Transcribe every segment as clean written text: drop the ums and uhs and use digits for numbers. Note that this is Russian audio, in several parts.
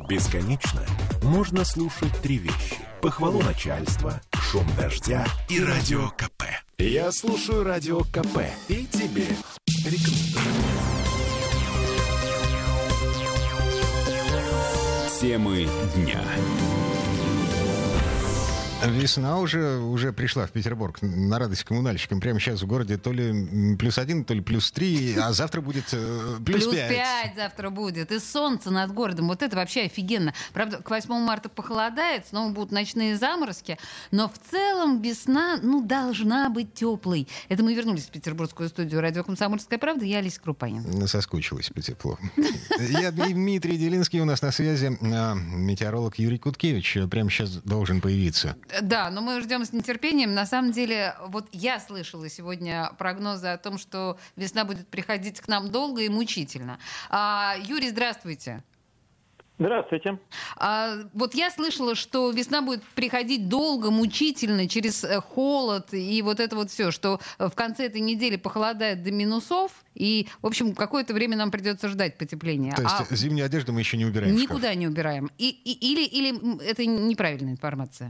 Бесконечно можно слушать три вещи: похвалу начальства, шум дождя и радио КП. Я слушаю радио КП и тебе рекомендую. Темы дня. Весна уже пришла в Петербург на радость коммунальщикам. Прямо сейчас в городе то ли +1, то ли +3, а завтра будет +5. +5 завтра будет. И солнце над городом. Вот это вообще офигенно. Правда, к 8 марта похолодает, снова будут ночные заморозки. Но в целом весна, должна быть теплой. Это мы вернулись в петербургскую студию радио «Комсомольская правда». Я Олеся Крупанин. Соскучилась по теплу. Я Дмитрий Делинский, у нас на связи метеоролог Юрий Куткевич. Прямо сейчас должен появиться. Да, но мы ждем с нетерпением. На самом деле, вот я слышала сегодня прогнозы о том, что весна будет приходить к нам долго и мучительно. Юрий, здравствуйте. Здравствуйте. Вот я слышала, что весна будет приходить долго, мучительно, через холод и вот это вот все, что в конце этой недели похолодает до минусов, и, в общем, какое-то время нам придется ждать потепления. То есть зимнюю одежду мы еще не убираем? Никуда не убираем. Или это неправильная информация?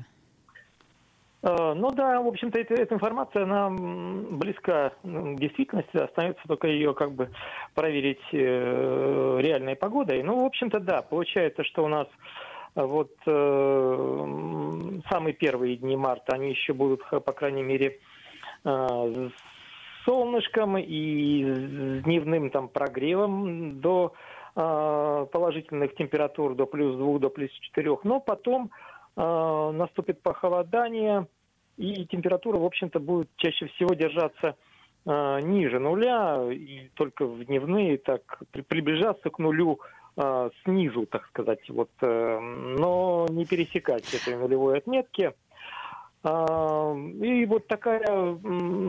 Да, в общем-то, эта информация, она близка к действительности, остается только ее проверить реальной погодой. В общем-то, да, получается, что у нас самые первые дни марта, они еще будут, по крайней мере, с солнышком и с дневным прогревом до положительных температур до +2, до +4, но потом наступит похолодание, и температура, в общем-то, будет чаще всего держаться ниже нуля, и только в дневные приближаться к нулю снизу, так сказать, но не пересекать этой нулевой отметки. И вот такая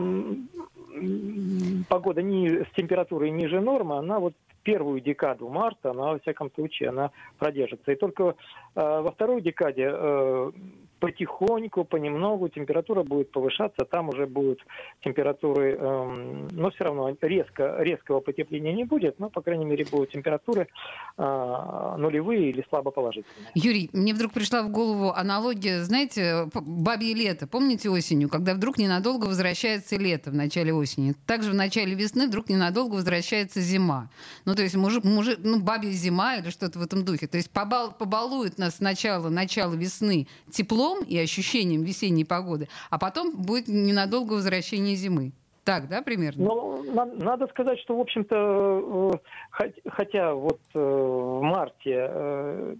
погода с температурой ниже нормы, она первую декаду марта, она, во всяком случае, она продержится. И только во второй декаде потихоньку, понемногу температура будет повышаться, там уже будут температуры, но все равно резкого потепления не будет, но, по крайней мере, будут температуры нулевые или слабо положительные. Юрий, мне вдруг пришла в голову аналогия, знаете, бабье лето. Помните осенью, когда вдруг ненадолго возвращается лето в начале осени? Также в начале весны вдруг ненадолго возвращается зима. То есть бабья зима или что-то в этом духе. То есть побалует нас начало весны теплом и ощущением весенней погоды, а потом будет ненадолго возвращение зимы. Так, да, примерно? Надо сказать, что, в общем-то, хотя в марте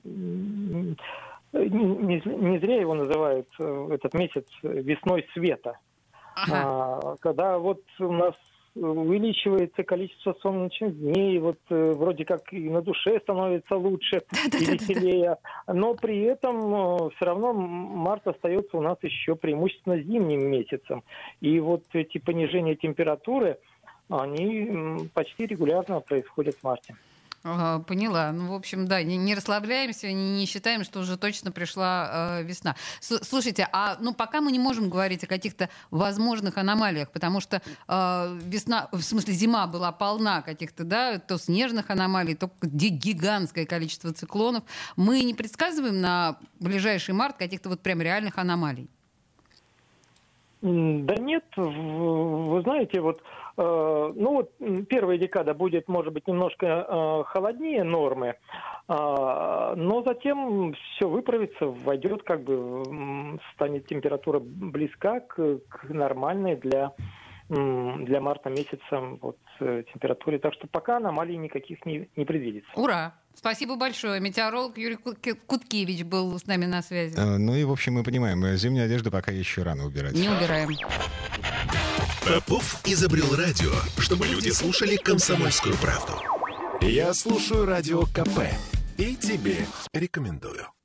не зря его называют этот месяц весной света. Ага. Когда у нас увеличивается количество солнечных дней, вроде как и на душе становится лучше и веселее, но при этом все равно март остается у нас еще преимущественно зимним месяцем. И эти понижения температуры, они почти регулярно происходят в марте. Поняла. В общем, да, не расслабляемся, не считаем, что уже точно пришла весна. Слушайте, пока мы не можем говорить о каких-то возможных аномалиях, потому что зима была полна каких-то, то снежных аномалий, то гигантское количество циклонов. Мы не предсказываем на ближайший март каких-то прям реальных аномалий? Да нет, вы знаете, первая декада будет, может быть, немножко холоднее нормы, но затем все выправится, войдет, станет температура близка к нормальной для марта месяца температуре. Так что пока аномалий никаких не предвидится. Ура! Спасибо большое. Метеоролог Юрий Куткевич был с нами на связи. И, в общем, мы понимаем, зимнюю одежду пока еще рано убирать. Не убираем. Попов изобрел радио, чтобы люди слушали «Комсомольскую правду». Я слушаю радио КП и тебе рекомендую.